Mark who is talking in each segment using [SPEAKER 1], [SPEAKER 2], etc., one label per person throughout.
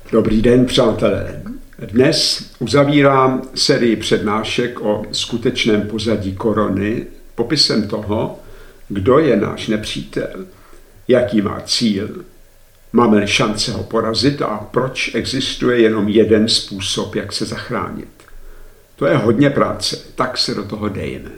[SPEAKER 1] Dobrý den, přátelé. Dnes uzavírám sérii přednášek o skutečném pozadí korony popisem toho, kdo je náš nepřítel, jaký má cíl, máme-li šance ho porazit a proč existuje jenom jeden způsob, jak se zachránit. To je hodně práce, tak se do toho dejme.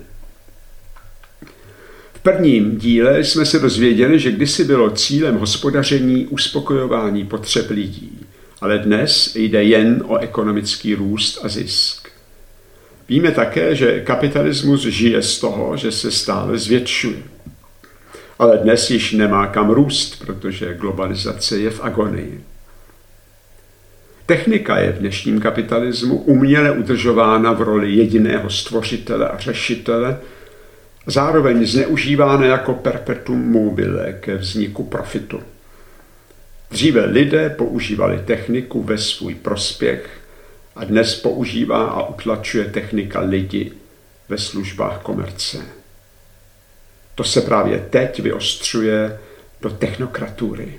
[SPEAKER 1] V prvním díle jsme se dozvěděli, že kdysi bylo cílem hospodaření uspokojování potřeb lidí, ale dnes jde jen o ekonomický růst a zisk. Víme také, že kapitalismus žije z toho, že se stále zvětšuje. Ale dnes již nemá kam růst, protože globalizace je v agonii. Technika je v dnešním kapitalismu uměle udržována v roli jediného stvořitele a řešitele, zároveň zneužívána jako perpetuum mobile ke vzniku profitu. Dříve lidé používali techniku ve svůj prospěch a dnes používá a utlačuje technika lidi ve službách komerce. To se právě teď vyostřuje do technokratury.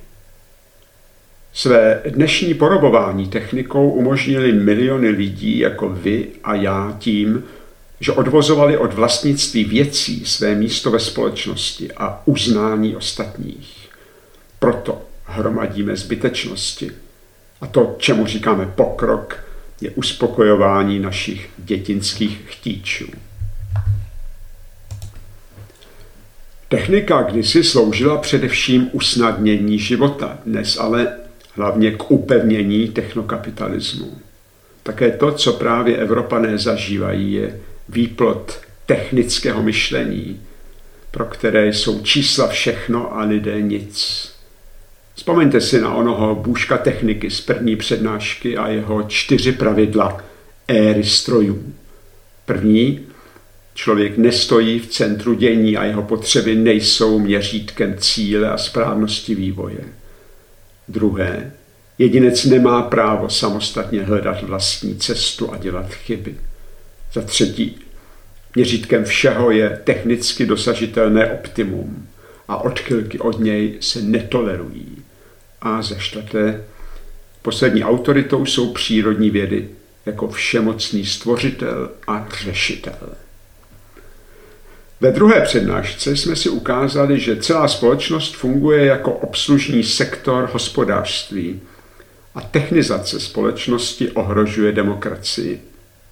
[SPEAKER 1] Své dnešní porobování technikou umožnili miliony lidí jako vy a já tím, že odvozovali od vlastnictví věcí své místo ve společnosti a uznání ostatních. Proto hromadíme zbytečnosti. A to, čemu říkáme pokrok, je uspokojování našich dětinských chtíčů. Technika kdysi sloužila především usnadnění života, dnes ale hlavně k upevnění technokapitalismu. Také to, co právě Evropané zažívají, je výplod technického myšlení, pro které jsou čísla všechno a lidé nic. Vzpomeňte si na onoho bůžka techniky z první přednášky a jeho 4 pravidla éry strojů. První, člověk nestojí v centru dění a jeho potřeby nejsou měřítkem cíle a správnosti vývoje. Druhé, jedinec nemá právo samostatně hledat vlastní cestu a dělat chyby. Za třetí, měřítkem všeho je technicky dosažitelné optimum a odchylky od něj se netolerují. A za čtvrté, poslední autoritou jsou přírodní vědy jako všemocný stvořitel a řešitel. Ve druhé přednášce jsme si ukázali, že celá společnost funguje jako obslužný sektor hospodářství a technizace společnosti ohrožuje demokracii.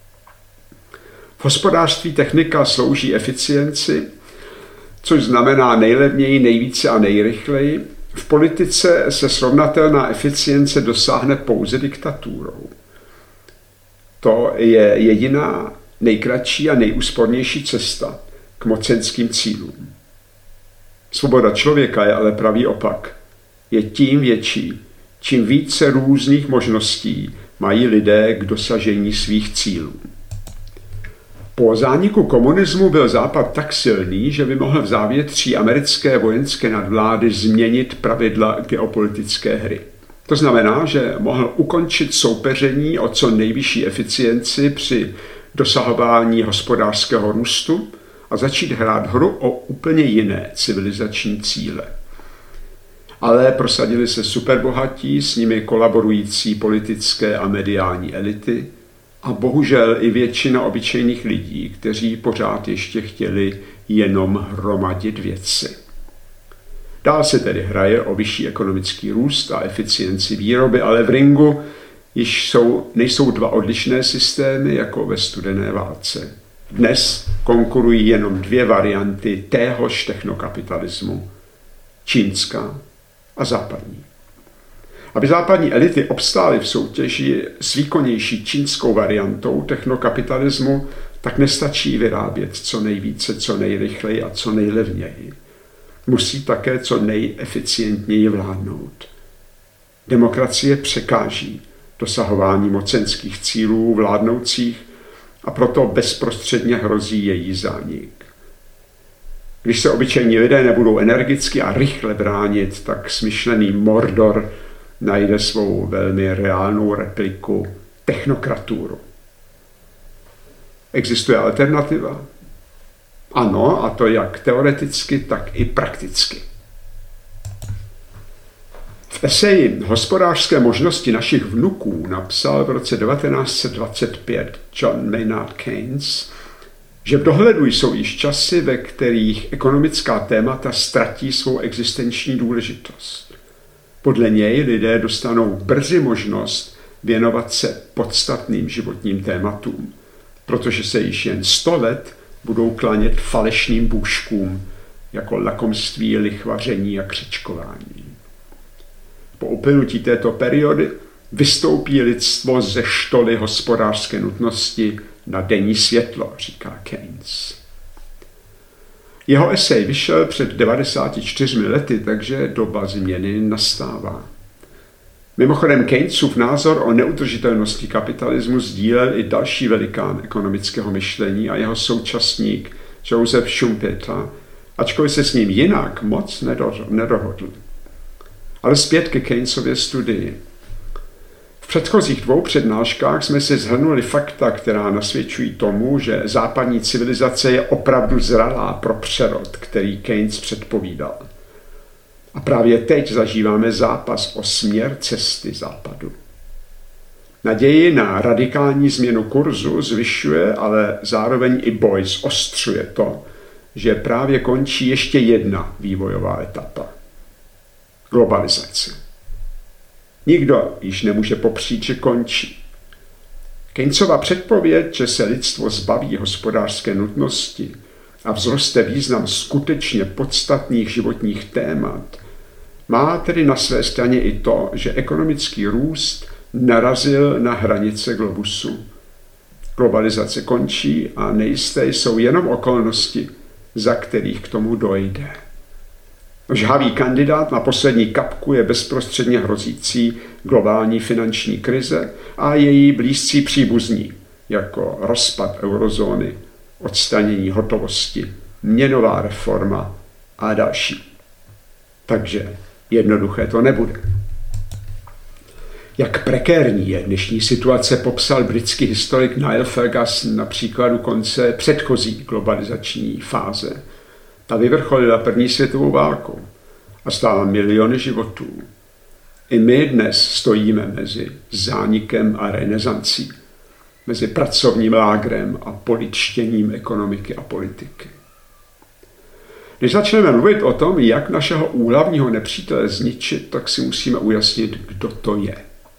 [SPEAKER 1] V hospodářství technika slouží eficienci, což znamená nejlevněji, nejvíce a nejrychleji. V politice se srovnatelná eficience dosáhne pouze diktaturou. To je jediná, nejkratší a nejúspornější cesta k mocenským cílům. Svoboda člověka je ale pravý opak. Je tím větší, čím více různých možností mají lidé k dosažení svých cílů. Po zániku komunismu byl Západ tak silný, že by mohl v závětří americké vojenské nadvlády změnit pravidla geopolitické hry. To znamená, že mohl ukončit soupeření o co nejvyšší eficienci při dosahování hospodářského růstu a začít hrát hru o úplně jiné civilizační cíle. Ale prosadili se superbohatí, s nimi kolaborující politické a mediální elity a bohužel i většina obyčejných lidí, kteří pořád ještě chtěli jenom hromadit věci. Dál se tedy hraje o vyšší ekonomický růst a eficienci výroby, ale v ringu již nejsou dva odlišné systémy jako ve studené válce. Dnes konkurují jenom 2 varianty téhož technokapitalismu, čínská a západní. Aby západní elity obstály v soutěži s výkonnější čínskou variantou technokapitalismu, tak nestačí vyrábět co nejvíce, co nejrychleji a co nejlevněji. Musí také co nejeficientněji vládnout. Demokracie překáží dosahování mocenských cílů vládnoucích a proto bezprostředně hrozí její zánik. Když se obyčejní lidé nebudou energicky a rychle bránit, tak smyšlený Mordor najde svou velmi reálnou repliku technokraturu. Existuje alternativa? Ano, a to jak teoreticky, tak i prakticky. V eseji Hospodářské možnosti našich vnuků napsal v roce 1925 John Maynard Keynes, že v dohledu jsou již časy, ve kterých ekonomická témata ztratí svou existenční důležitost. Podle něj lidé dostanou brzy možnost věnovat se podstatným životním tématům, protože se již jen 100 let budou klanět falešným bůžkům, jako lakomství, lichvaření a křičkování. Po uplynutí této periody vystoupí lidstvo ze štoly hospodářské nutnosti na denní světlo, říká Keynes. Jeho esej vyšel před 94 lety, takže doba změny nastává. Mimochodem Keynesův názor o neudržitelnosti kapitalismu sdílel i další velikán ekonomického myšlení a jeho současník Joseph Schumpeter, ačkoliv se s ním jinak moc nedohodl. Ale zpět ke Keynesově studii. V předchozích 2 přednáškách jsme si shrnuli fakta, která nasvědčují tomu, že západní civilizace je opravdu zralá pro přerod, který Keynes předpovídal. A právě teď zažíváme zápas o směr cesty západu. Naději na radikální změnu kurzu zvyšuje, ale zároveň i boj zostřuje to, že právě končí ještě jedna vývojová etapa. Globalizace. Nikdo již nemůže popřít, že končí. Keynesova předpověď, že se lidstvo zbaví hospodářské nutnosti a vzroste význam skutečně podstatných životních témat, má tedy na své straně i to, že ekonomický růst narazil na hranice globusu. Globalizace končí a nejisté jsou jenom okolnosti, za kterých k tomu dojde. Žhavý kandidát na poslední kapku je bezprostředně hrozící globální finanční krize a její blízcí příbuzní, jako rozpad eurozóny, odstranění hotovosti, měnová reforma a další. Takže jednoduché to nebude. Jak prekérní je dnešní situace, popsal britský historik Niall Ferguson na příkladu konce předchozí globalizační fáze. Ta vyvrcholila první světovou válkou a stála miliony životů. I my dnes stojíme mezi zánikem a renesancí, mezi pracovním lágrem a polidštěním ekonomiky a politiky. Když začneme mluvit o tom, jak našeho úhlavního nepřítele zničit, tak si musíme ujasnit, kdo to je.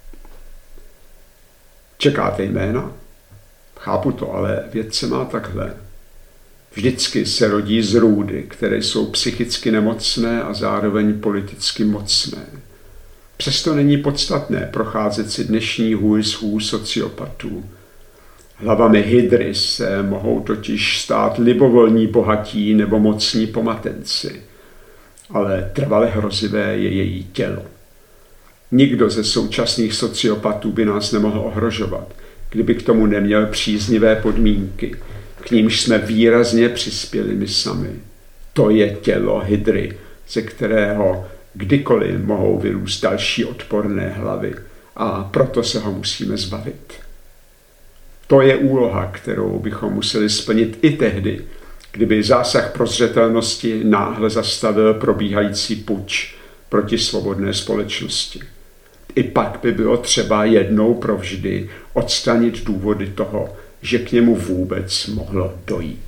[SPEAKER 1] Čekáte jména? Chápu to, ale věc se má takhle. Vždycky se rodí zrůdy, které jsou psychicky nemocné a zároveň politicky mocné. Přesto není podstatné procházet si dnešní hůj z hů sociopatů. Hlavami hydry se mohou totiž stát libovolní bohatí nebo mocní pomatenci, ale trvale hrozivé je její tělo. Nikdo ze současných sociopatů by nás nemohl ohrožovat, kdyby k tomu neměl příznivé podmínky, k nímž jsme výrazně přispěli my sami. To je tělo hydry, ze kterého kdykoliv mohou vyrůst další odporné hlavy a proto se ho musíme zbavit. To je úloha, kterou bychom museli splnit i tehdy, kdyby zásah prozřetelnosti náhle zastavil probíhající puč proti svobodné společnosti. I pak by bylo třeba jednou provždy odstranit důvody toho, že k němu vůbec mohlo dojít.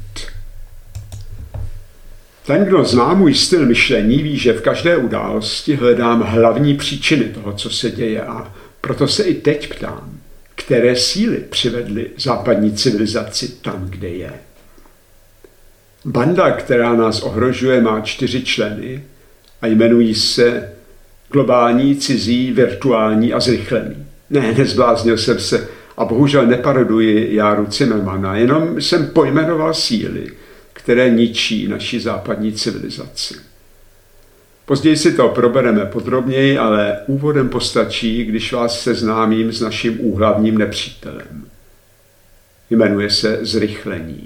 [SPEAKER 1] Ten, kdo zná můj styl myšlení, ví, že v každé události hledám hlavní příčiny toho, co se děje, a proto se i teď ptám, které síly přivedly západní civilizaci tam, kde je. Banda, která nás ohrožuje, má 4 členy a jmenují se globální, cizí, virtuální a zrychlený. Ne, nezbláznil jsem se a bohužel neparoduji Járu Zimmermana, jenom jsem pojmenoval síly, které ničí naši západní civilizaci. Později si to probereme podrobněji, ale úvodem postačí, když vás seznámím s naším úhlavním nepřítelem. Jmenuje se zrychlení.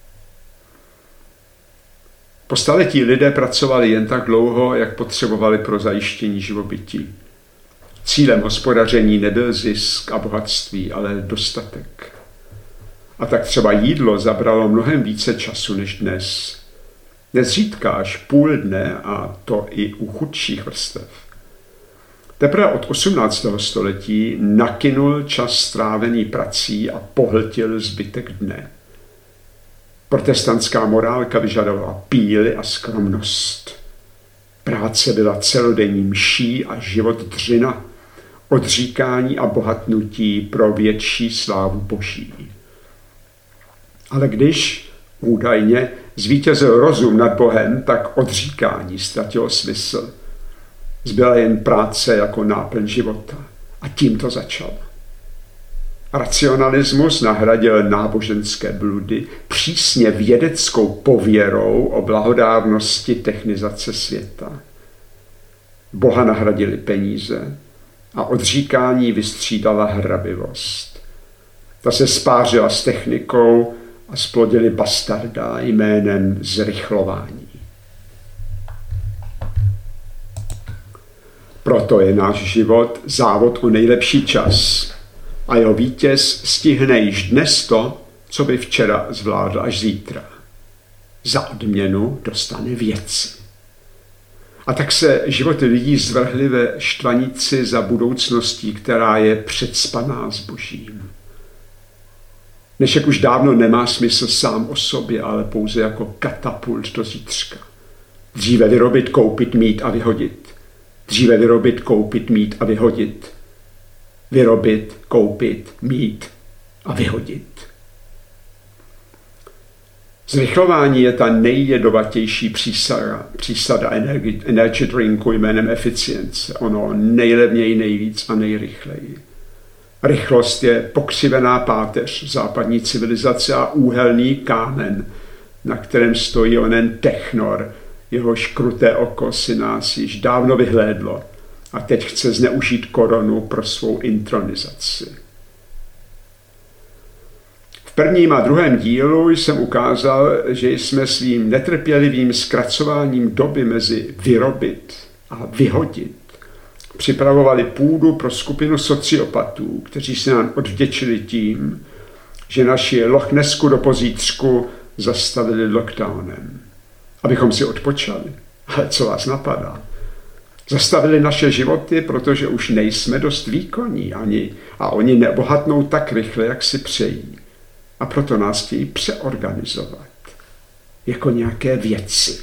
[SPEAKER 1] Po staletí lidé pracovali jen tak dlouho, jak potřebovali pro zajištění živobytí. Cílem hospodaření nebyl zisk a bohatství, ale dostatek. A tak třeba jídlo zabralo mnohem více času než dnes. Nezřídka až půl dne, a to i u chudších vrstev. Teprve od 18. století nakynul čas strávený prací a pohltil zbytek dne. Protestantská morálka vyžadovala píly a skromnost. Práce byla celodenní mší a život dřina, odříkání a bohatnutí pro větší slávu Boží. Ale když údajně zvítězil rozum nad Bohem, tak odříkání ztratilo smysl. Zbyla jen práce jako náplň života. A tím to začalo. Racionalismus nahradil náboženské bludy přísně vědeckou pověrou o blahodárnosti technizace světa. Boha nahradili peníze a odříkání vystřídala hrabivost. Ta se spářila s technikou a splodili bastarda jménem zrychlování. Proto je náš život závod o nejlepší čas a jeho vítěz stihne již dnes to, co by včera zvládl až zítra. Za odměnu dostane věci. A tak se životy lidí zvrhly ve štvanici za budoucností, která je předspaná s Božím. Dnešek už dávno nemá smysl sám o sobě, ale pouze jako katapult do zítřka. Dříve vyrobit, koupit, mít a vyhodit. Dříve vyrobit, koupit, mít a vyhodit. Vyrobit, koupit, mít a vyhodit. Zrychlování je ta nejjedovatější přísada energy drinku jménem eficience. Ono nejlevněji, nejvíc a nejrychleji. Rychlost je pokřivená páteř západní civilizace a úhelný kámen, na kterém stojí onen technor. Jehož kruté oko si nás již dávno vyhlédlo a teď chce zneužít korunu pro svou intronizaci. V prvním a druhém dílu jsem ukázal, že jsme svým netrpělivým zkracováním doby mezi vyrobit a vyhodit připravovali půdu pro skupinu sociopatů, kteří se nám odvděčili tím, že naši Lochnesku do pozítřku zastavili lockdownem. Abychom si odpočali. Ale co vás napadá? Zastavili naše životy, protože už nejsme dost výkonní a oni nebohatnou tak rychle, jak si přejí. A proto nás chtějí přeorganizovat. Jako nějaké věci.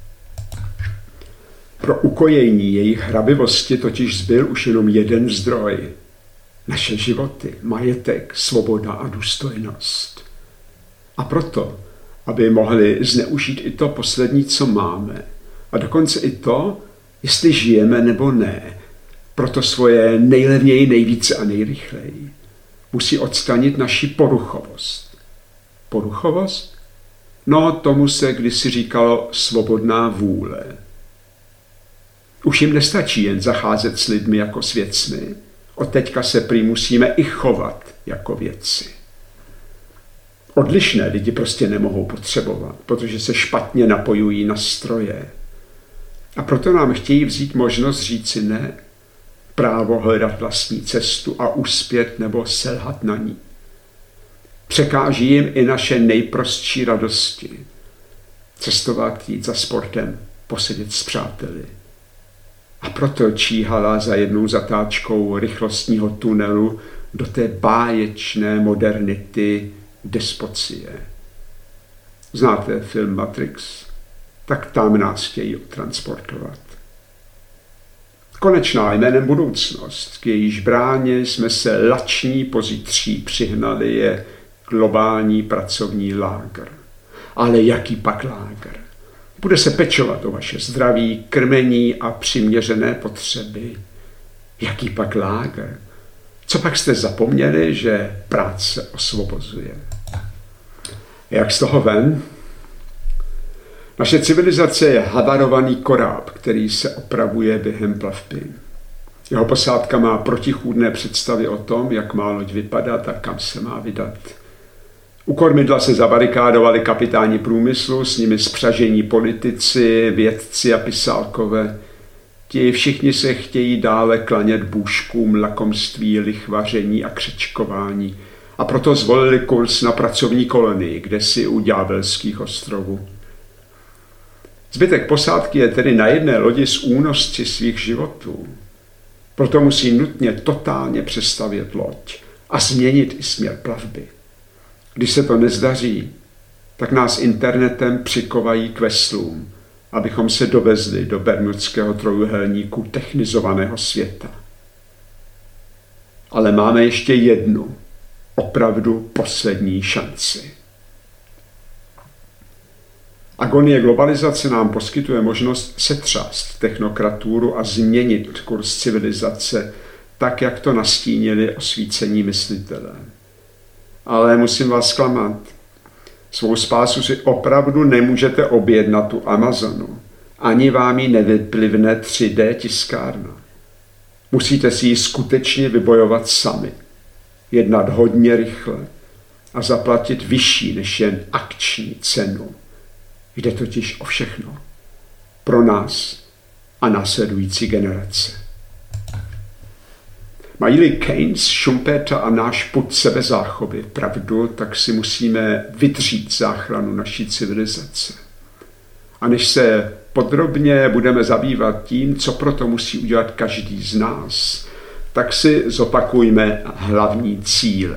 [SPEAKER 1] Pro ukojení jejich hrabivosti totiž zbyl už jenom jeden zdroj. Naše životy, majetek, svoboda a důstojnost. A proto, aby mohli zneužít i to poslední, co máme. A dokonce i to, jestli žijeme nebo ne. Proto svoje nejlevněji, nejvíce a nejrychleji. Musí odstranit naši poruchovost. Poruchovost? No, tomu se kdysi říkalo svobodná vůle. Už jim nestačí jen zacházet s lidmi jako s věcmi. Od teďka se prý musíme i chovat jako věci. Odlišné lidi prostě nemohou potřebovat, protože se špatně napojují na stroje. A proto nám chtějí vzít možnost říci ne, právo hledat vlastní cestu a uspět nebo selhat na ní. Překáží jim i naše nejprostší radosti. Cestovat, jít za sportem, posedět s přáteli. A proto číhala za jednou zatáčkou rychlostního tunelu do té báječné modernity despocie. Znáte film Matrix? Tak tam nás chtějí transportovat. Konečná jménem budoucnost, k jejíž bráně jsme se lační pozítří přihnali, je globální pracovní lágr. Ale jaký pak lágr? Bude se pečovat o vaše zdraví, krmení a přiměřené potřeby. Jaký pak lágr? Co pak jste zapomněli, že práce osvobozuje? Jak z toho ven? Naše civilizace je havarovaný koráb, který se opravuje během plavby. Jeho posádka má protichůdné představy o tom, jak má loď vypadat a kam se má vydat. U kormidla se zabarikádovali kapitáni průmyslu, s nimi spřažení politici, vědci a pisálkové. Ti všichni se chtějí dále klanět bůžkům lakomství, lichvaření a křečkování. A proto zvolili kurz na pracovní kolonii, kdesi u Ďábelských ostrovů. Zbytek posádky je tedy na jedné lodi s únosci svých životů. Proto musí nutně totálně přestavět loď a změnit i směr plavby. Když se to nezdaří, tak nás internetem přikovají k veslům, abychom se dovezli do bermudského trojúhelníku technizovaného světa. Ale máme ještě jednu, opravdu poslední šanci. Agonie globalizace nám poskytuje možnost setřást technokraturu a změnit kurz civilizace tak, jak to nastínili osvícení myslitelé. Ale musím vás zklamat. Svou spásu si opravdu nemůžete objednat u Amazonu. Ani vám ji nevyplivne 3D tiskárna. Musíte si ji skutečně vybojovat sami. Jednat hodně rychle a zaplatit vyšší než jen akční cenu. Jde totiž o všechno. Pro nás a následující generace. Mají-li Keynes, Schumpeter a náš pud sebezáchovy pravdu, tak si musíme vydřít záchranu naší civilizace. A než se podrobně budeme zabývat tím, co proto musí udělat každý z nás, tak si zopakujme hlavní cíle.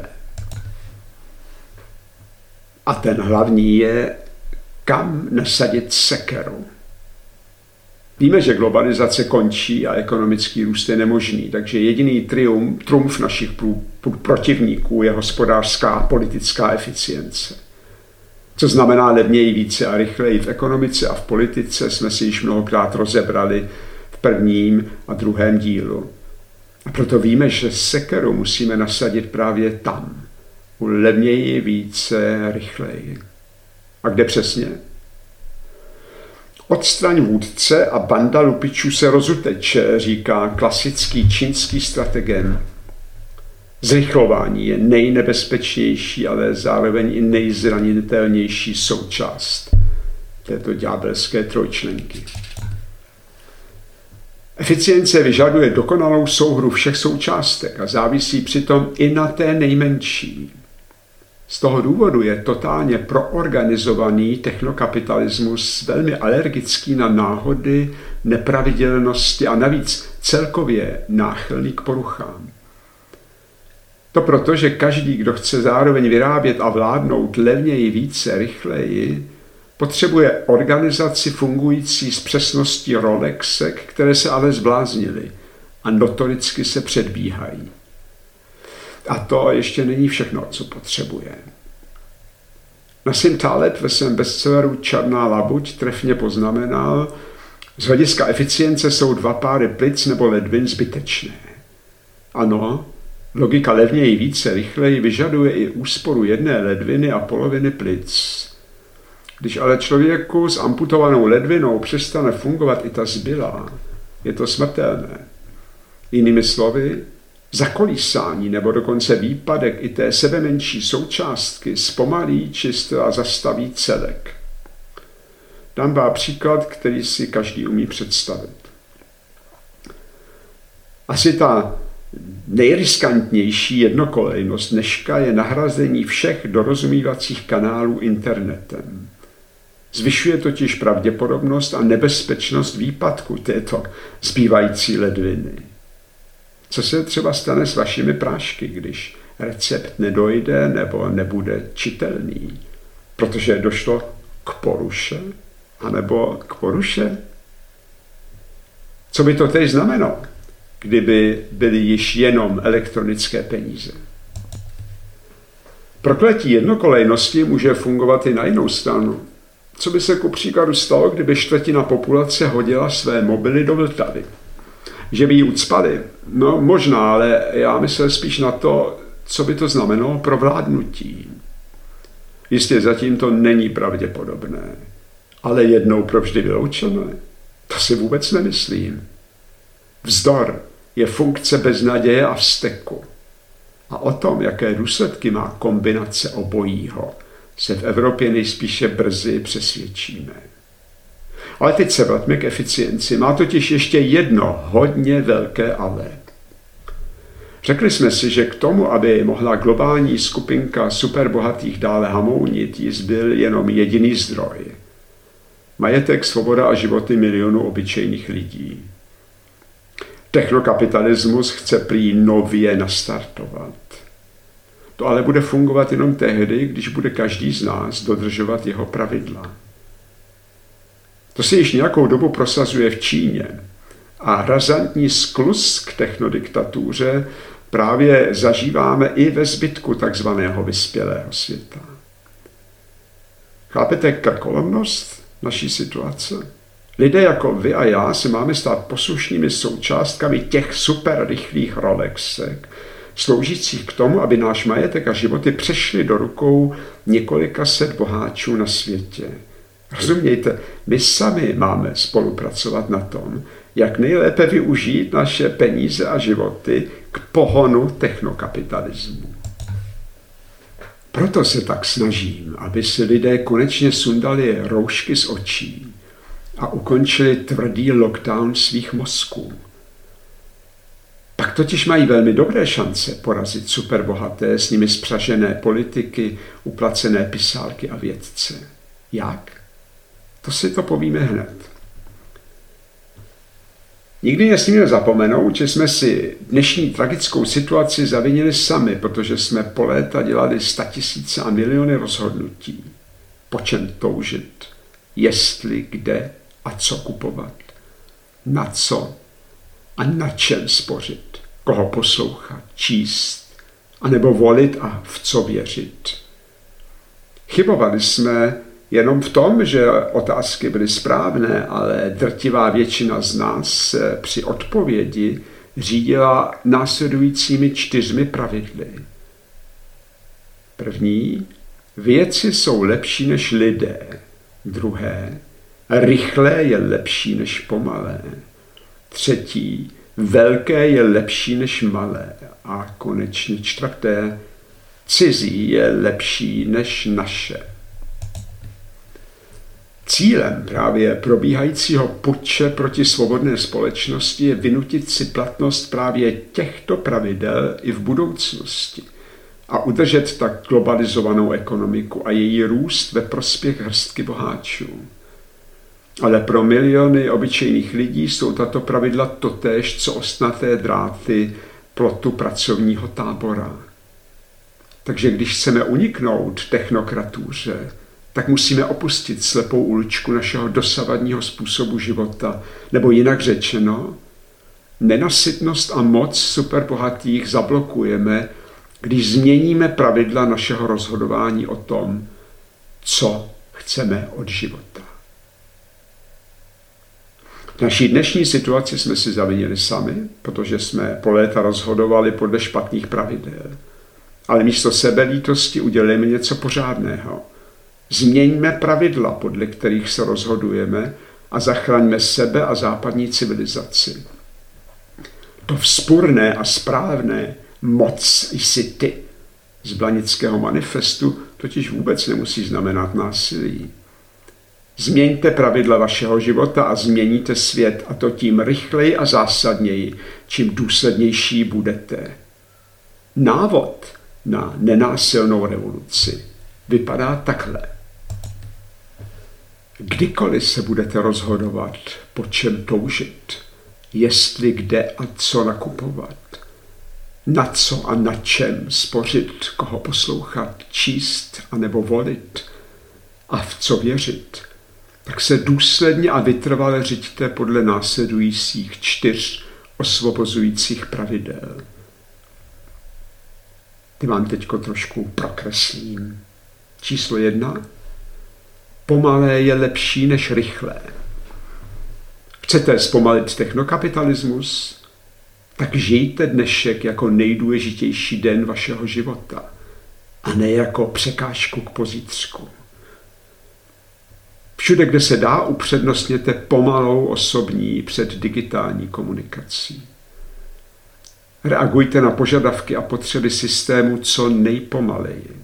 [SPEAKER 1] A ten hlavní je, kam nasadit sekeru. Víme, že globalizace končí a ekonomický růst je nemožný, takže jediný trumf našich protivníků je hospodářská a politická eficience. Co znamená levněji, více a rychleji v ekonomice a v politice, jsme si již mnohokrát rozebrali v prvním a druhém dílu. A proto víme, že sekeru musíme nasadit právě tam. U levněji, více, rychleji. A kde přesně? Odstraň vůdce a banda lupičů se rozuteče, říká klasický čínský strategem. Zrychlování je nejnebezpečnější, ale zároveň i nejzranitelnější součást této ďábelské trojčlenky. Eficience vyžaduje dokonalou souhru všech součástek a závisí přitom i na té nejmenší. Z toho důvodu je totálně proorganizovaný technokapitalismus velmi alergický na náhody, nepravidelnosti a navíc celkově náchylný k poruchám. To proto, že každý, kdo chce zároveň vyrábět a vládnout levněji, více, rychleji, potřebuje organizaci fungující s přesností Rolexek, které se ale zbláznily a notoricky se předbíhají. A to ještě není všechno, co potřebuje. Nassim Taleb ve svém bestselleru Černá labuť trefně poznamenal, z hlediska eficience jsou 2 páry plic nebo ledvin zbytečné. Ano, logika levněji, více, rychleji vyžaduje i úsporu 1 ledviny a poloviny plic. Když ale člověku s amputovanou ledvinou přestane fungovat i ta zbylá, je to smrtelné. Jinými slovy, zakolísání nebo dokonce výpadek i té sebemenší součástky zpomalí či zcela zastaví celek. Dám vám příklad, který si každý umí představit. Asi ta nejriskantnější jednokolejnost dneška je nahrazení všech dorozumívacích kanálů internetem. Zvyšuje totiž pravděpodobnost a nebezpečnost výpadku této zbývající ledviny. Co se třeba stane s vašimi prášky, když recept nedojde nebo nebude čitelný, protože došlo k poruše, anebo k poruše? Co by to teď znamenalo, kdyby byly již jenom elektronické peníze? Prokletí jednokolejnosti může fungovat i na jinou stranu. Co by se ku příkladu stalo, kdyby 1/4 populace hodila své mobily do Vltavy? Že by ji ucpali? No možná, ale já myslel spíš na to, co by to znamenalo pro vládnutí. Jistě zatím to není pravděpodobné, ale jednou provždy vyloučené? To si vůbec nemyslím. Vzdor je funkce beznaděje a vzteku. A o tom, jaké důsledky má kombinace obojího, se v Evropě nejspíše brzy přesvědčíme. Ale teď se vraťme k eficienci. Má totiž ještě jedno hodně velké ale. Řekli jsme si, že k tomu, aby mohla globální skupinka superbohatých dále hamounit, jí zbyl jenom jediný zdroj. Majetek, svoboda a životy milionů obyčejných lidí. Technokapitalismus chce prý nově nastartovat. To ale bude fungovat jenom tehdy, když bude každý z nás dodržovat jeho pravidla. To se již nějakou dobu prosazuje v Číně a razantní skluz k technodiktatuře právě zažíváme i ve zbytku takzvaného vyspělého světa. Chápete krkolomnost naší situace? Lidé jako vy a já se máme stát poslušnými součástkami těch super rychlých Rolexek, sloužících k tomu, aby náš majetek a životy přešly do rukou několika set boháčů na světě. Rozumějte, my sami máme spolupracovat na tom, jak nejlépe využít naše peníze a životy k pohonu technokapitalismu. Proto se tak snažím, aby si lidé konečně sundali roušky z očí a ukončili tvrdý lockdown svých mozků. Pak totiž mají velmi dobré šance porazit superbohaté, s nimi spřažené politiky, uplacené pisálky a vědce. Jak? To si to povíme hned. Nikdy nesmíme zapomenout, že jsme si dnešní tragickou situaci zavinili sami, protože jsme po léta dělali statisíce a miliony rozhodnutí. Po čem toužit, jestli, kde a co kupovat, na co a na čem spořit, koho poslouchat, číst, anebo volit a v co věřit. Chybovali jsme jenom v tom, že otázky byly správné, ale drtivá většina z nás se při odpovědi řídila následujícími 4 pravidly. První, věci jsou lepší než lidé. Druhé, rychlé je lepší než pomalé. Třetí, velké je lepší než malé. A konečně 4, cizí je lepší než naše. Cílem právě probíhajícího puče proti svobodné společnosti je vynutit si platnost právě těchto pravidel i v budoucnosti a udržet tak globalizovanou ekonomiku a její růst ve prospěch hrstky boháčů. Ale pro miliony obyčejných lidí jsou tato pravidla totéž, co ostnaté dráty plotu pracovního tábora. Takže když chceme uniknout technokratuře, tak musíme opustit slepou uličku našeho dosavadního způsobu života, nebo jinak řečeno, nenasytnost a moc superbohatých zablokujeme, když změníme pravidla našeho rozhodování o tom, co chceme od života. V naší dnešní situaci jsme si zavinili sami, protože jsme po léta rozhodovali podle špatných pravidel. Ale místo sebelítosti udělejme něco pořádného. Změňme pravidla, podle kterých se rozhodujeme, a zachraňme sebe a západní civilizaci. To vzpurné a správné moc jsi ty z Blanického manifestu totiž vůbec nemusí znamenat násilí. Změňte pravidla vašeho života a změníte svět, a to tím rychleji a zásadněji, čím důslednější budete. Návod na nenásilnou revoluci vypadá takhle. Kdykoliv se budete rozhodovat, po čem toužit, jestli, kde a co nakupovat, na co a na čem spořit, koho poslouchat, číst anebo volit a v co věřit, tak se důsledně a vytrvale řiďte podle následujících 4 osvobozujících pravidel. Ty vám teďko trošku prokreslím. Číslo 1. Pomalé je lepší než rychlé. Chcete zpomalit technokapitalismus? Tak žijte dnešek jako nejdůležitější den vašeho života a ne jako překážku k pozítřku. Všude, kde se dá, upřednostněte pomalou osobní před digitální komunikací. Reagujte na požadavky a potřeby systému co nejpomaleji.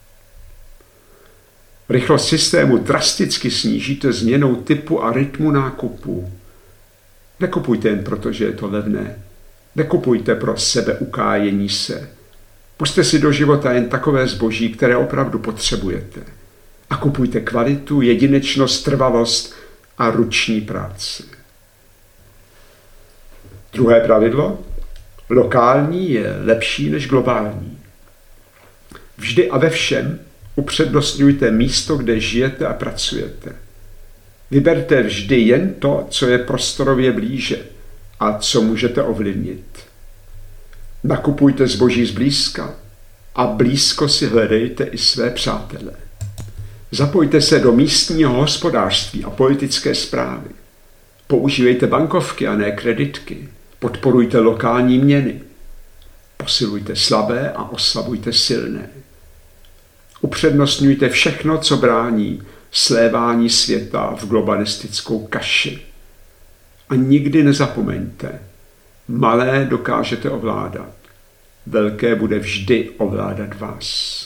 [SPEAKER 1] Rychlost systému drasticky snížíte změnou typu a rytmu nákupu. Nekupujte jen proto, že je to levné. Nekupujte pro sebeukájení se. Pusťte si do života jen takové zboží, které opravdu potřebujete. A kupujte kvalitu, jedinečnost, trvalost a ruční práci. Druhé pravidlo. Lokální je lepší než globální. Vždy a ve všem upřednostňujte místo, kde žijete a pracujete. Vyberte vždy jen to, co je prostorově blíže a co můžete ovlivnit. Nakupujte zboží zblízka a blízko si hledejte i své přátele. Zapojte se do místního hospodářství a politické správy. Používejte bankovky a ne kreditky. Podporujte lokální měny. Posilujte slabé a oslabujte silné. Upřednostňujte všechno, co brání slévání světa v globalistickou kaši. A nikdy nezapomeňte, malé dokážete ovládat, velké bude vždy ovládat vás.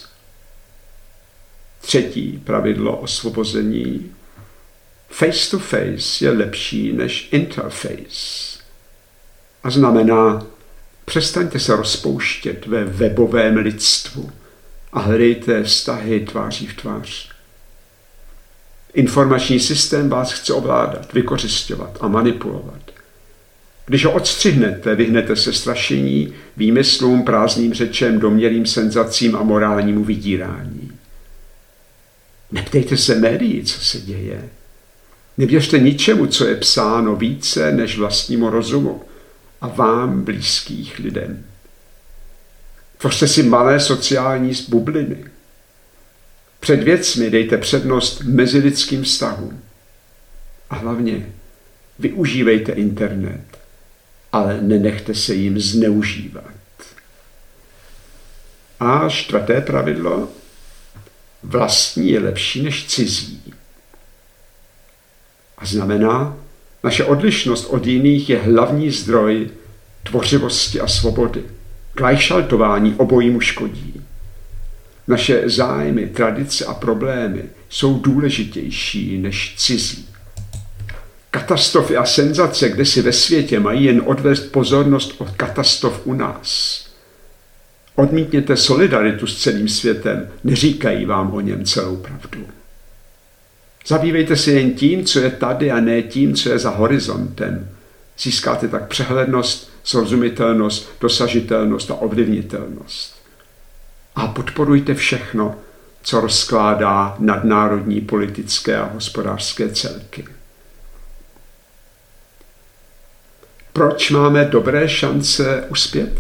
[SPEAKER 1] Třetí pravidlo osvobození. Face to face je lepší než interface. A znamená, přestaňte se rozpouštět ve webovém lidstvu a hledejte vztahy tváří v tvář. Informační systém vás chce ovládat, vykořisťovat a manipulovat. Když ho odstřihnete, vyhnete se strašení, výmyslům, prázdným řečem, domnělým senzacím a morálnímu vydírání. Neptejte se médií, co se děje. Nevěřte ničemu, co je psáno více než vlastnímu rozumu a vám blízkých lidem. Tvořte si malé sociální bubliny. Před věcmi dejte přednost mezilidským vztahům. A hlavně využívejte internet, ale nenechte se jim zneužívat. A čtvrté pravidlo. Vlastní je lepší než cizí. A znamená, naše odlišnost od jiných je hlavní zdroj tvořivosti a svobody. Gleichschaltování obojímu škodí. Naše zájmy, tradice a problémy jsou důležitější než cizí. Katastrofy a senzace kdesi ve světě mají jen odvést pozornost od katastrof u nás. Odmítněte solidaritu s celým světem, neříkají vám o něm celou pravdu. Zabývejte se jen tím, co je tady a ne tím, co je za horizontem. Získáte tak přehlednost, srozumitelnost, dosažitelnost a ovlivnitelnost. A podporujte všechno, co rozkládá nadnárodní politické a hospodářské celky. Proč máme dobré šance uspět?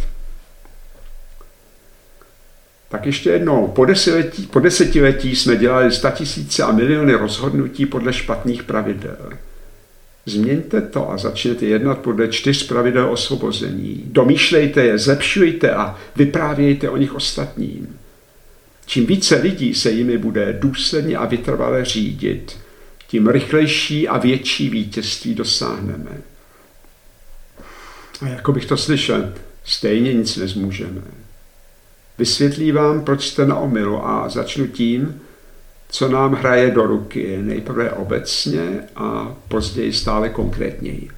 [SPEAKER 1] Tak ještě jednou, po desetiletí jsme dělali 100 000 a miliony rozhodnutí podle špatných pravidel. Změňte to a začněte jednat podle 4 pravidel osvobození. Domýšlejte je, zlepšujte a vyprávějte o nich ostatním. Čím více lidí se jimi bude důsledně a vytrvale řídit, tím rychlejší a větší vítězství dosáhneme. A jako bych to slyšel, stejně nic nezmůžeme. Vysvětlím vám, proč jste na omylu a začnu tím, co nám hraje do ruky, nejprve obecně a později stále konkrétněji.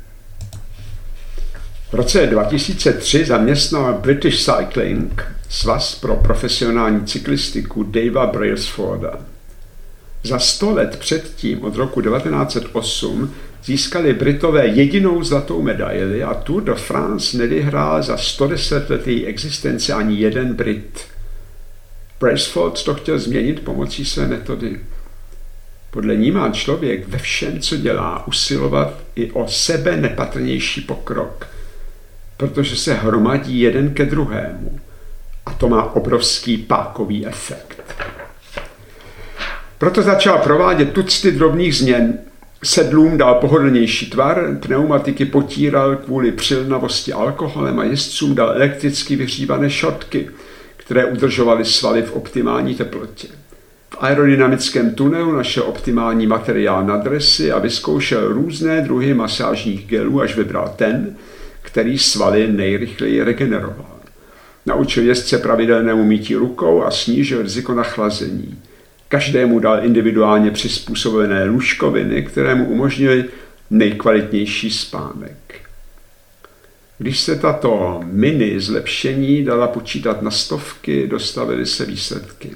[SPEAKER 1] V roce 2003 zaměstnal British Cycling, svaz pro profesionální cyklistiku Davea Brailsforda. Za 100 let předtím, od roku 1908, získali Britové jedinou zlatou medaili a Tour de France nevyhrál za 110 let její existence ani jeden Brit. Brailsford to chtěl změnit pomocí své metody. Podle ní má člověk ve všem, co dělá, usilovat i o sebe nepatrnější pokrok, protože se hromadí jeden ke druhému a to má obrovský pákový efekt. Proto začal provádět tucty drobných změn. Sedlům dal pohodlnější tvar, pneumatiky potíral kvůli přilnavosti alkoholem a jezdcům dal elektricky vyhřívané šortky, které udržovaly svaly v optimální teplotě. V aerodynamickém tunelu našel optimální materiál na dresy a vyzkoušel různé druhy masážních gelů, až vybral ten, který svaly nejrychleji regeneroval. Naučil jezdce pravidelnému mytí rukou a snížil riziko nachlazení. Každému dal individuálně přizpůsobené lůžkoviny, které mu umožnily nejkvalitnější spánek. Když se tato mini zlepšení dala počítat na stovky, dostavily se výsledky.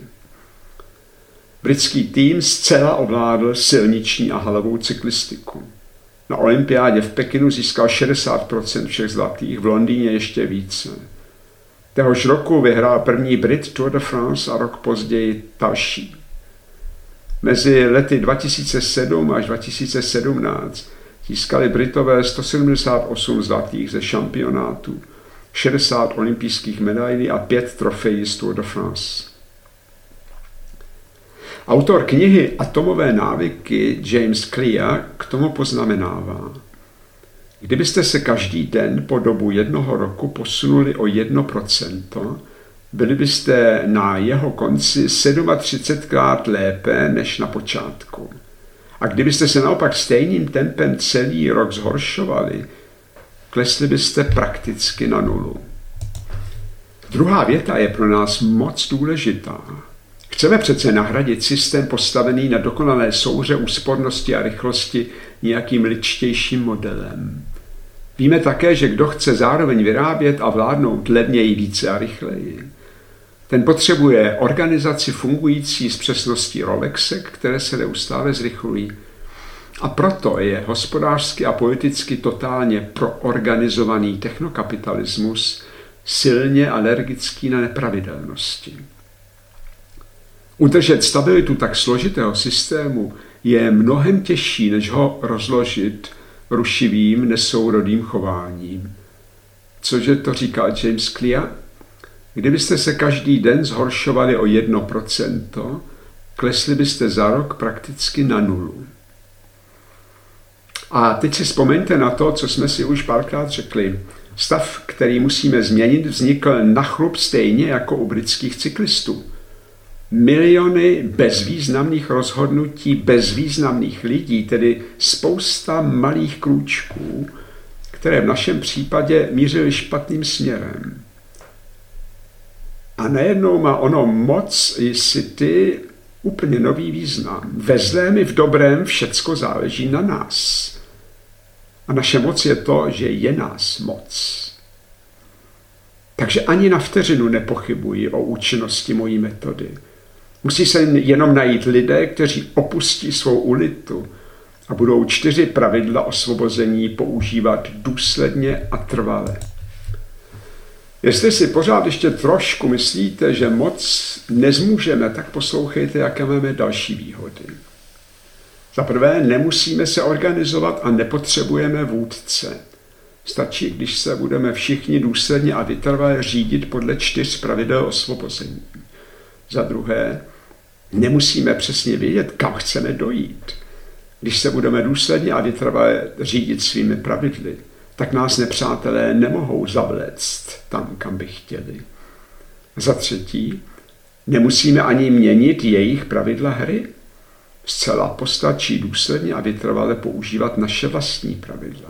[SPEAKER 1] Britský tým zcela ovládl silniční a halovou cyklistiku. Na olympiádě v Pekinu získal 60% všech zlatých, v Londýně ještě více. Téhož roku vyhrál první Brit Tour de France a rok později další. Mezi lety 2007 až 2017 získali Britové 178 zlatých ze šampionátů, 60 olympijských medailí a 5 trofejí z Tour de France. Autor knihy Atomové návyky James Clear k tomu poznamenává: kdybyste se každý den po dobu 1 roku posunuli o 1%, byli byste na jeho konci 37krát lépe než na počátku. A kdybyste se naopak stejným tempem celý rok zhoršovali, klesli byste prakticky na nulu. Druhá věta je pro nás moc důležitá. Chceme přece nahradit systém postavený na dokonalé souhře úspornosti a rychlosti nějakým lidštějším modelem. Víme také, že kdo chce zároveň vyrábět a vládnout levněji, více a rychleji, ten potřebuje organizaci fungující s přesností Rolexek, které se neustále zrychlují. A proto je hospodářsky a politicky totálně proorganizovaný technokapitalismus silně alergický na nepravidelnosti. Udržet stabilitu tak složitého systému je mnohem těžší, než ho rozložit rušivým, nesourodým chováním. Cože to říká James Clear? Kdybyste se každý den zhoršovali o 1%, klesli byste za rok prakticky na nulu. A teď si vzpomeňte na to, co jsme si už párkrát řekli. Stav, který musíme změnit, vznikl na chlup stejně jako u britských cyklistů. Miliony bezvýznamných rozhodnutí bezvýznamných lidí, tedy spousta malých krůčků, které v našem případě mířily špatným směrem. A najednou má ono moc city úplně nový význam. Ve zlém i v dobrém všecko záleží na nás. A naše moc je to, že je nás moc. Takže ani na vteřinu nepochybuji o účinnosti mojí metody. Musí se jenom najít lidé, kteří opustí svou ulitu a budou 4 pravidla osvobození používat důsledně a trvale. Jestli si pořád ještě trošku myslíte, že moc nezmůžeme, tak poslouchejte, jaké máme další výhody. Za prvé, nemusíme se organizovat a nepotřebujeme vůdce. Stačí, když se budeme všichni důsledně a vytrvale řídit podle 4 pravidel osvobození. Za druhé, nemusíme přesně vědět, kam chceme dojít. Když se budeme důsledně a vytrvale řídit svými pravidly, tak nás nepřátelé nemohou zavléct tam, kam by chtěli. Za třetí, nemusíme ani měnit jejich pravidla hry. Zcela postačí důsledně a vytrvale používat naše vlastní pravidla.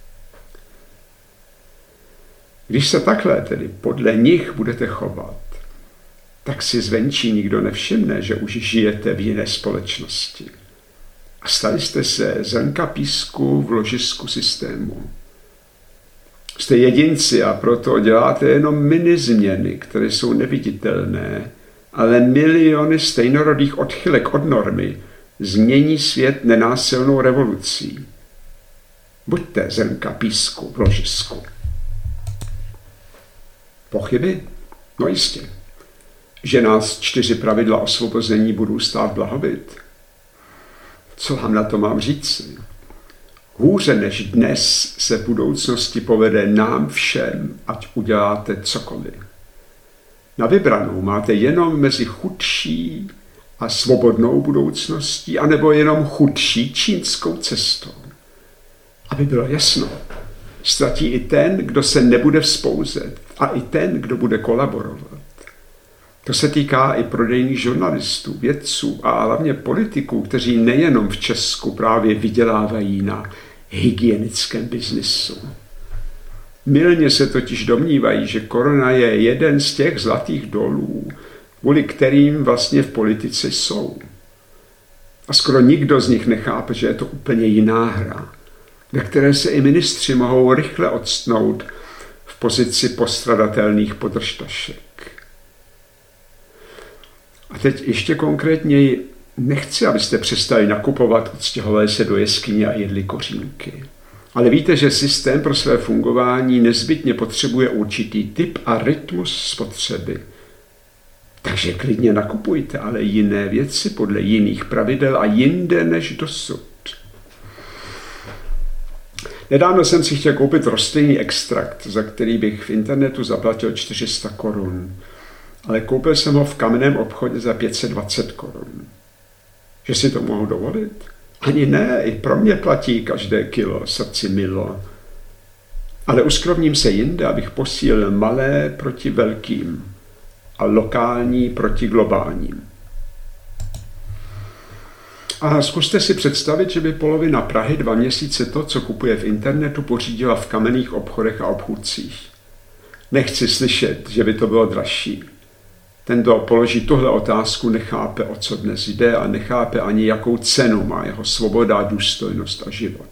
[SPEAKER 1] Když se takhle tedy podle nich budete chovat, tak si zvenčí nikdo nevšimne, že už žijete v jiné společnosti. A stali jste se zrnka písku v ložisku systému. Jste jedinci a proto děláte jenom mini změny, které jsou neviditelné, ale miliony stejnorodých odchylek od normy změní svět nenásilnou revolucí. Buďte zrnka písku v ložisku. Pochyby? No jistě. Že nás 4 pravidla osvobození budou stát blahobyt. Co vám na to mám říci? Hůře než dnes se v budoucnosti povede nám všem, ať uděláte cokoliv. Na vybranou máte jenom mezi chudší a svobodnou budoucností, anebo jenom chudší čínskou cestou. Aby bylo jasno, ztratí i ten, kdo se nebude vzpouzet, a i ten, kdo bude kolaborovat. To se týká i prodejních žurnalistů, vědců a hlavně politiků, kteří nejenom v Česku právě vydělávají na hygienickém biznisu. Mylně se totiž domnívají, že korona je jeden z těch zlatých dolů, kvůli kterým vlastně v politice jsou. A skoro nikdo z nich nechápe, že je to úplně jiná hra, ve které se i ministři mohou rychle odstnout v pozici postradatelných podržtašek. A teď ještě konkrétněji, nechci, abyste přestali nakupovat, odstěhovali se do jeskyně a jedli kořínky. Ale víte, že systém pro své fungování nezbytně potřebuje určitý typ a rytmus spotřeby. Takže klidně nakupujte, ale jiné věci podle jiných pravidel a jinde než dosud. Nedávno jsem si chtěl koupit rostlinný extrakt, za který bych v internetu zaplatil 400 korun. Ale koupil jsem ho v kamenném obchodě za 520 korun. Že si to mohu dovolit? Ani ne, i pro mě platí každé kilo, srdci milo. Ale uskrovním se jinde, abych posílil malé proti velkým a lokální proti globálním. A zkuste si představit, že by polovina Prahy 2 měsíce to, co kupuje v internetu, pořídila v kamenných obchodech a obchůdcích. Nechci slyšet, že by to bylo dražší. Ten, kdo položí tuhle otázku, nechápe, o co dnes jde a nechápe ani, jakou cenu má jeho svoboda, důstojnost a život.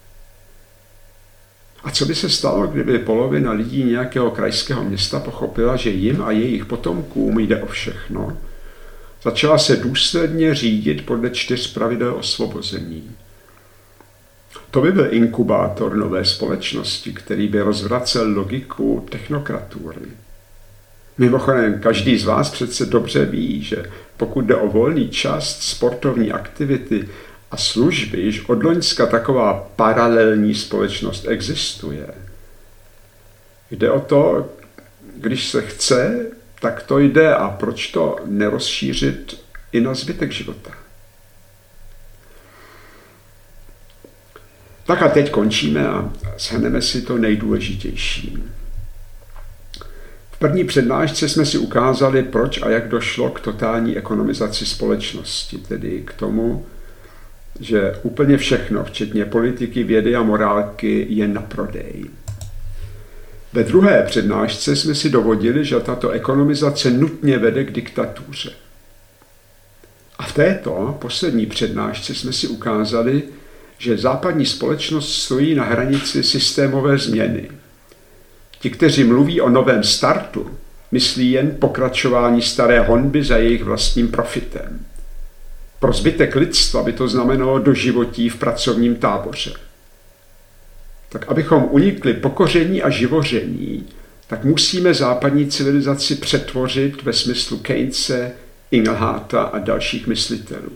[SPEAKER 1] A co by se stalo, kdyby polovina lidí nějakého krajského města pochopila, že jim a jejich potomkům jde o všechno, začala se důsledně řídit podle 4 pravidel osvobození. To by byl inkubátor nové společnosti, který by rozvracel logiku technokratury. Mimochodem, každý z vás přece dobře ví, že pokud jde o volný čas, sportovní aktivity a služby, již od loňska taková paralelní společnost existuje. Jde o to, když se chce, tak to jde a proč to nerozšířit i na zbytek života. Tak a teď končíme a shrneme si to nejdůležitější. V první přednášce jsme si ukázali, proč a jak došlo k totální ekonomizaci společnosti, tedy k tomu, že úplně všechno, včetně politiky, vědy a morálky, je na prodej. Ve druhé přednášce jsme si dovodili, že tato ekonomizace nutně vede k diktatuře. A v této poslední přednášce jsme si ukázali, že západní společnost stojí na hranici systémové změny. Ti, kteří mluví o novém startu, myslí jen pokračování staré honby za jejich vlastním profitem. Pro zbytek lidstva by to znamenalo doživotí v pracovním táboře. Tak abychom unikli pokoření a živoření, tak musíme západní civilizaci přetvořit ve smyslu Keynese, Inglehata a dalších myslitelů.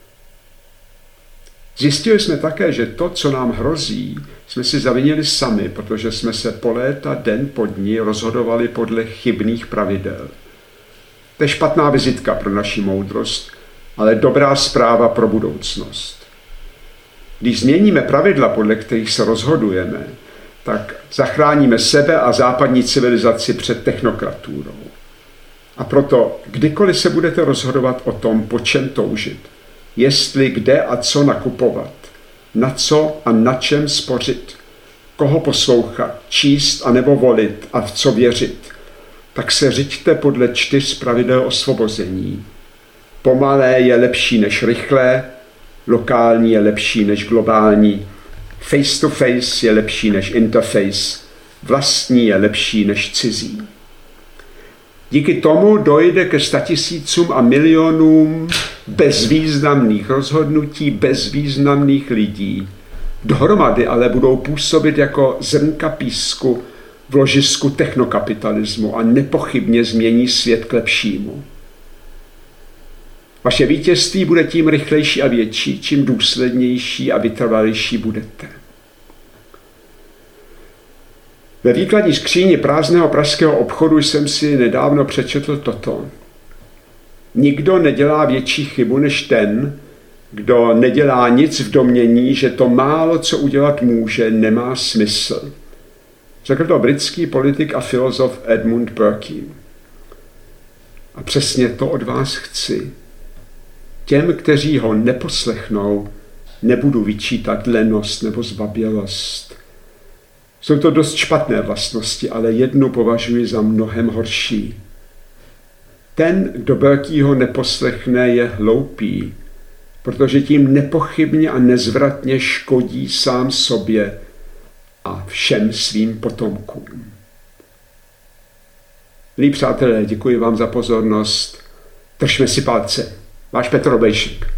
[SPEAKER 1] Zjistili jsme také, že to, co nám hrozí, jsme si zavinili sami, protože jsme se po léta den po dni rozhodovali podle chybných pravidel. To je špatná vizitka pro naši moudrost, ale dobrá zpráva pro budoucnost. Když změníme pravidla, podle kterých se rozhodujeme, tak zachráníme sebe a západní civilizaci před technokraturou. A proto, kdykoliv se budete rozhodovat o tom, po čem toužit, jestli, kde a co nakupovat, na co a na čem spořit, koho poslouchat, číst a nebo volit a v co věřit, tak se řiďte podle 4 pravidel osvobození. Pomalé je lepší než rychlé, lokální je lepší než globální, face to face je lepší než interface, vlastní je lepší než cizí. Díky tomu dojde ke 100 000 a milionům bezvýznamných rozhodnutí, bezvýznamných lidí. Dohromady ale budou působit jako zrnka písku v ložisku technokapitalismu a nepochybně změní svět k lepšímu. Vaše vítězství bude tím rychlejší a větší, čím důslednější a vytrvalejší budete. Ve výkladní skříni prázdného pražského obchodu jsem si nedávno přečetl toto. Nikdo nedělá větší chybu než ten, kdo nedělá nic v domnění, že to málo, co udělat může, nemá smysl. Řekl to britský politik a filozof Edmund Burke. A přesně to od vás chci. Těm, kteří ho neposlechnou, nebudu vyčítat lenost nebo zbabělost. Jsou to dost špatné vlastnosti, ale jednu považuji za mnohem horší. Ten, kdo Burkeho neposlechne, je hloupý, protože tím nepochybně a nezvratně škodí sám sobě a všem svým potomkům. Milí přátelé, děkuji vám za pozornost. Držme si palce. Váš Petr Obejšek.